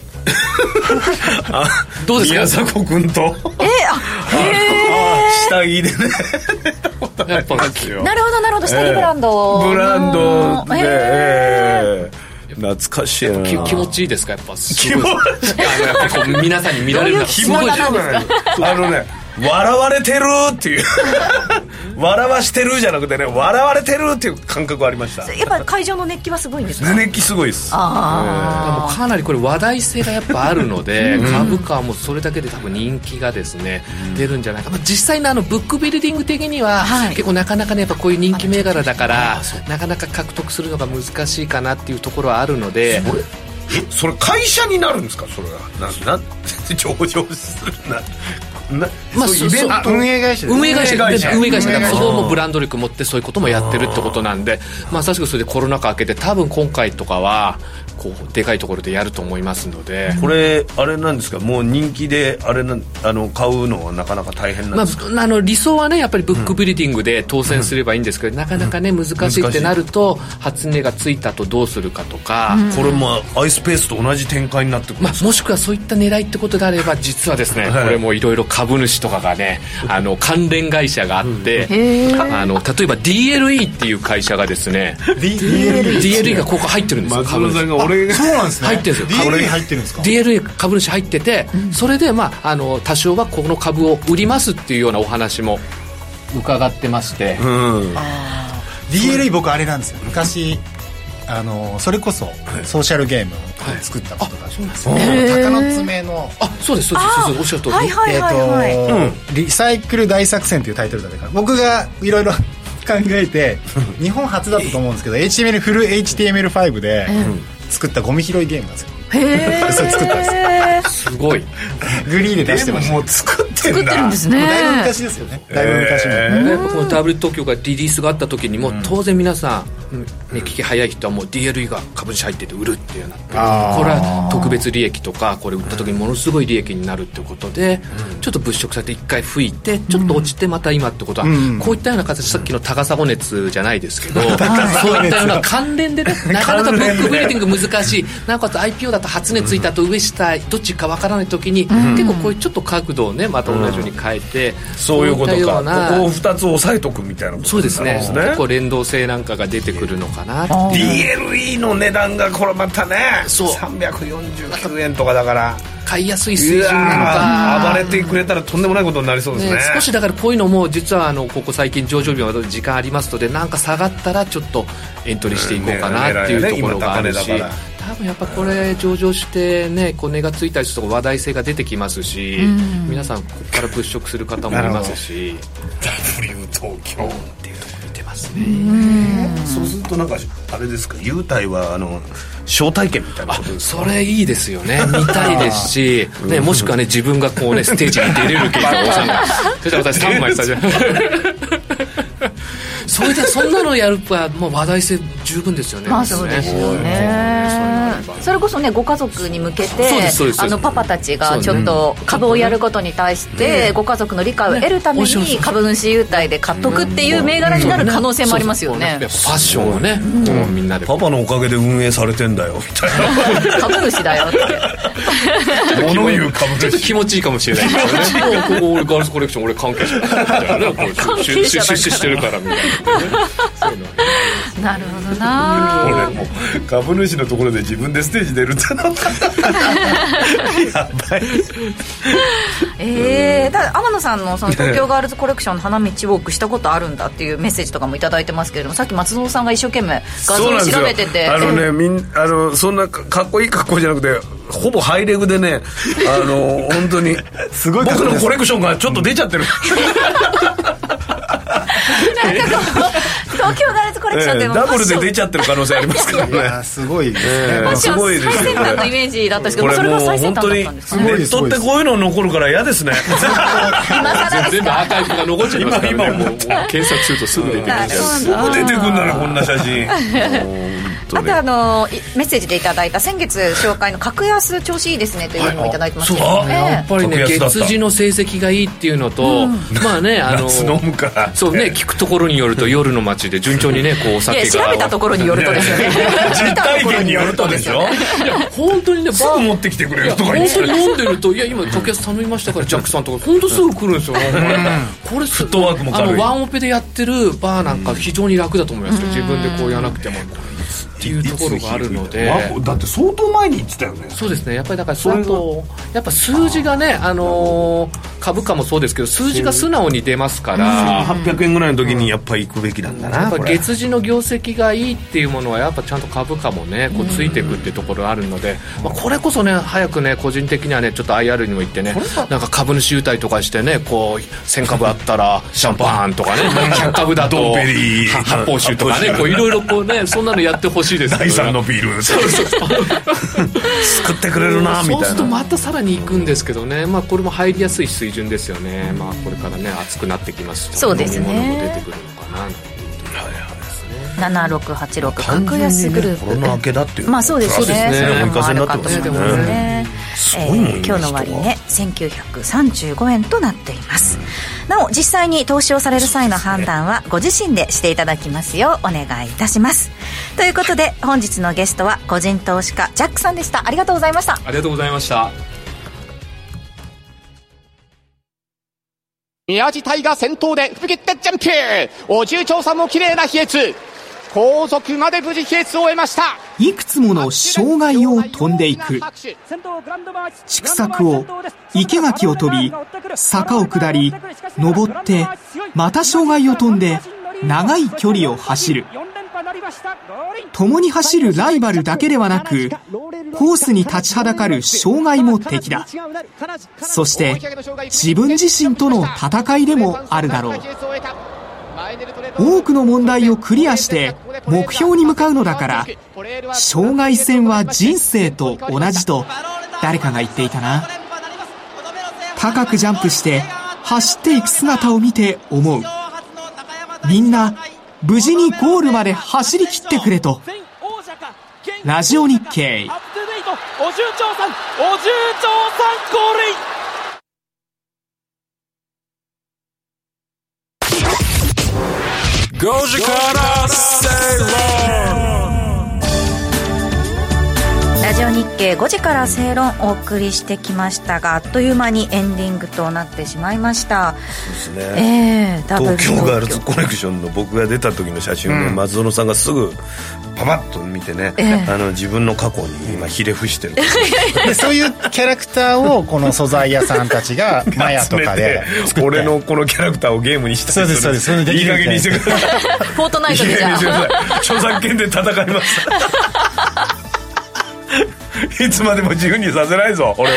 あどうですか宮迫君とえー、 あへー下着でねやっぱなるほどなるほど下着ブランド、 えー、ブランドで、 えー、懐かしいな。 気, 気持ちいいですかやっぱ気持ちいいあのやっぱこう皆さんに見られるのが気持ちよくないあのね笑われてるっていう笑わしてるじゃなくてね、笑われてるっていう感覚はありました。 やっぱり会場の熱気はすごいんですか？ 熱気すごいです。 あ、もうかなりこれ話題性がやっぱあるので、うん、株価はもうそれだけで多分人気がですね、うん、出るんじゃないか、まあ、実際のあのブックビルディング的には、はい、結構なかなかねやっぱこういう人気銘柄だからなかなか獲得するのが難しいかなっていうところはあるので、 それえそれ会社になるんですか？それはなな上場するなな、 まあ、イベント運営会社運営会社運営会社運営会社だからそこもブランド力持ってそういうこともやってるってことなんで、まあ確かそれでコロナ禍明けて多分今回とかはこうでかいところでやると思いますので、 これあれなんですか、もう人気であれなあの買うのはなかなか大変なんですか？ まあ、あの理想はねやっぱりブックビルディングで当選すればいいんですけど、うん、なかなかね難しいってなると初値がついたとどうするかとか、 うん、これもアイスペースと同じ展開になってくるんですか？ まあ、もしくはそういった狙いってことであれば実はですね、はい、これもいろいろ株主とかがねあの関連会社があって、うん、あの例えば ディーエルイー っていう会社がですね ディーエルイー ディーエルイー がここ入ってるんですよ。 松野さんが俺がそうなんですね、 入ってるんですよ。 ディーエルイー 入ってるんですか？ ディーエルイー 株主入ってて、うん、それで、まあ、あの多少はこの株を売りますっていうようなお話も伺ってまして、うん、 あ ディーエルイー 僕あれなんですよ、昔あのそれこそソーシャルゲームを作ったことがあります、はい、鷹の爪のあそうですそうですそうですおっしゃる通り、 はいはいはいはい、 えーとうん、リサイクル大作戦というタイトルだったから僕がいろいろ考えて日本初だったと思うんですけどエイチティーエムエル フル エイチティーエムエルファイブ で作ったゴミ拾いゲームなんですよ。 へーそれ作ったんですよ。すごいグリーで出してました。 もう作ってんだ。 作ってるんですね。 だいぶ昔ですよね。だいぶ昔の、えー、やっぱこのタブレット東京がリリースがあった時にも、うん、当然皆さん、ね、聞き早い人はもう ディーエルイー が株主入ってて売るっていうなって、これは特別利益とかこれ売った時にものすごい利益になるってことで、うん、ちょっと物色されて一回吹いてちょっと落ちてまた今ってことは、うん、こういったような形、さっきの高砂熱じゃないですけど、そういったような関連でねなかなかブックビルディング難しい、なおかつ アイピーオー だと初値ついたと上下どっちかわからない時に、うん、結構こういうちょっと角度をねまた同じように変えて、うん、 そういうことか、ここをふたつ押さえとくみたいなことそうですね、結構連動性なんかが出てくるのかな。 ディーエルイー の値段がこれまたねそうさんびゃくよんじゅうきゅうえんとかだから買いやすい水準なのか、 暴れてくれたらとんでもないことになりそうですね。 ね少しだからこういうのも実はあのここ最近上場日まで時間ありますので、なんか下がったらちょっとエントリーしていこうかなっていうところがあるし、多分やっぱこれ上場してねこう値がついたりすると話題性が出てきますし、うん皆さんここから物色する方もいますしダブリュー 東京っていうところに出ますね。うんそうするとなんかあれですか、優待はあの招待券みたいなことですか？ それいいですよね、見たいですし、ね、もしくはね自分がこうねステージに出れるケースがさんがそしたら私さんまいしたじゃんそれでそんなのやるかもう話題性十分ですよね。 まあそうですよね。それこそねご家族に向けてあのパパたちがちょっと株をやることに対してご家族の理解を得るために株主優待で買っとくっていう銘柄になる可能性もありますよね。 ファッションをね、うん、みんなでパパのおかげで運営されてんだよみたいな株主だよって物言う株主ちょっと気持ちいいかもしれないですけどねここ俺ガールズコレクション俺関係者みたいなね出資してるからみたいなそういうのなるほどな。 俺もう株主のところで自分でステージ出るってなやばいえー、だ天野さんのその東京ガールズコレクションの花道ウォークしたことあるんだっていうメッセージとかもいただいてますけれども、さっき松園さんが一生懸命画像を調べてて、 あのねみんあのそんなかっこいい格好じゃなくてほぼハイレグでねあの本当にすごい僕のコレクションがちょっと出ちゃってる東京ガールズコレクションって、えー、 ダブルで出ちゃってる可能性ありますからね。いやすごいですね、 えー、すごいです最先端のイメージだったんですけど、それが最先端だったんですかね。 ネットってこういうの残るから嫌ですね全部アーカイブが残っちゃいますからね。今もう検索するとすぐ出てくるすぐ出てくるんだねこんな写真あとあのメッセージでいただいた先月紹介の格安調子いいですねというのもいただいてますけど、ね、 はい、やっぱりね月次の成績がいいっていうのと、うん、まあねあの夏飲むからそうね聞くところによると夜の街で順調にねこうお酒が調べたところによるとですよね実体験によるとでしょ。いや本当にねすぐ持ってきてくれるとか言って本当に飲んでるといや今格安頼みましたからジャックさんとか本当すぐ来るんですよ、ね、これこれフットワークも軽い。 あのワンオペでやってるバーなんか非常に楽だと思いますよ、自分でこうやらなくてもっていうところがあるので、 だって相当前に言ってたよね。 そうですね、やっぱりだからそれとやっぱ数字がね、あのー、株価もそうですけど数字が素直に出ますから、 はっぴゃくえんぐらいの時にやっぱり行くべきなんだな。 やっぱ月次の業績がいいっていうものはやっぱちゃんと株価もねこうついていくっていうところがあるので、まあ、これこそね早くね個人的にはねちょっと アイアール にも行ってね、なんか株主優待とかしてね、こうせん株あったらシャンパンとかね、ひゃく株だと発泡酒とかね、こういろいろこうねそんなのやってほしいですよね。 第三のビールそうそうそう救ってくれるなみたいな。 そうするとまたさらに行くんですけどね、まあ、これも入りやすい水準ですよね。まあ、これからね暑くなってきますし、 そうですね、 飲み物も出てくるのかな。 ななろくはちろく格安グループ、 コロナ明けだっていう、 まあそうですね、 それももあるかと思いますね。 すごいもん、 えー、今日の終値せんきゅうひゃくさんじゅうごえんとなっています、うん、なお実際に投資をされる際の判断はご自身でしていただきますようお願いいたします。ということで本日のゲストは個人投資家ジャックさんでした。ありがとうございました。 ありがとうございました。 宮地隊が先頭で吹き切ってジャンプ、お重長さんも綺麗な飛越、後続まで無事飛越を終えました。 いくつもの障害を飛んでいく、畜作を生垣を飛び、坂を下り登ってまた障害を飛んで長い距離を走る。共に走るライバルだけではなくコースに立ちはだかる障害も敵だ。そして自分自身との戦いでもあるだろう。多くの問題をクリアして目標に向かうのだから、障害戦は人生と同じと誰かが言っていたな。高くジャンプして走っていく姿を見て思う。みんな無事にゴールまで走り切ってくれと。ラジオ日経。 お重長さん、お重長さんゴールイン。 ごじから正論。 ラジオ日経ごじから正論お送りしてきましたが、あっという間にエンディングとなってしまいました。 そうですね、 えー、 東京ガールズコレクションの僕が出た時の写真をね、うん、松園さんがすぐパパッと見てね、えー、あの自分の過去に今ひれ伏してるでそういうキャラクターをこの素材屋さんたちがマヤとかで作って俺のこのキャラクターをゲームにしたりする。 そうですそうです、 いい加減にしてくださいフォートナイトでじゃあ著作権で戦いますいつまでも自由にさせないぞ俺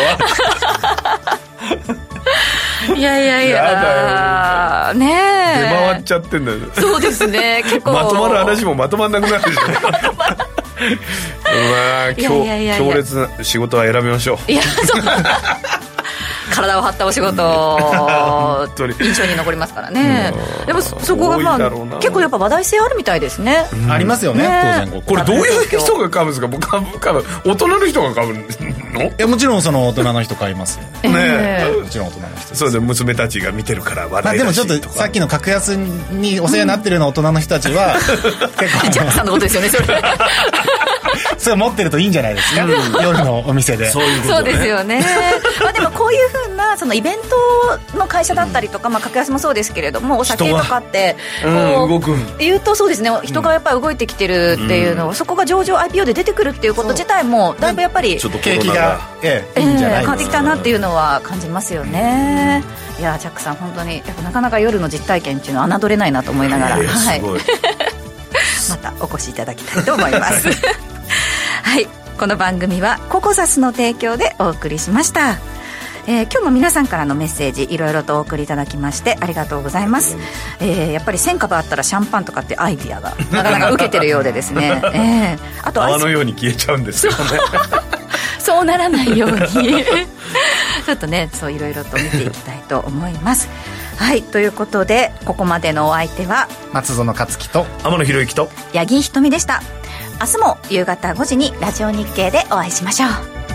はいやいやいやねえ出回っちゃってんだよ。 そうですね、結構まとまる話もまとまんなくなるでしょまあ強烈な仕事は選びましょう。 いやそう体を張ったお仕事印象に残りますからね。でもそこがまあ結構やっぱ話題性あるみたいですね、 うん、ありますよね、ね当然。これどういう人が買うんですか。僕株株大人の人が買うの？いやもちろんその大人の人買いますよね、 えー、 もちろん大人の人。 そうで娘たちが見てるから話題だし、 だとか、 まあ、でもちょっとさっきの格安にお世話になってるような大人の人たちは、 うん、結構ジャックさんのことですよねそれそれ持ってるといいんじゃないですか、うん、夜のお店で。 そういうこと、ね、そうですよねまあでもこういうふうなそのイベントの会社だったりとか、まあ、格安もそうですけれどもお酒とかってこう、 うん、動く言うとそうですね、人がやっぱり動いてきてるっていうのを、うん、そこが上場 アイピーオー で出てくるっていうこと自体もだいぶやっぱりちょっと景気が、 ええ、いいんじゃないですか、 変わってきたなっていうのは感じますよね、うん、いやジャックさん本当にやっぱなかなか夜の実体験っていうのは侮れないなと思いながら、はい、またお越しいただきたいと思いますはい、この番組はココザスの提供でお送りしました。えー、今日も皆さんからのメッセージいろいろとお送りいただきましてありがとうございます。えー、やっぱりせん株あったらシャンパンとかってアイディアがなかなか受けてるようでですね、えー、あと泡のように消えちゃうんですよねそうならないようにちょっとねそういろいろと見ていきたいと思いますはい、ということでここまでのお相手は松園克樹と天野博之と八木ひとみでした。明日も夕方ごじにラジオ日経でお会いしましょう。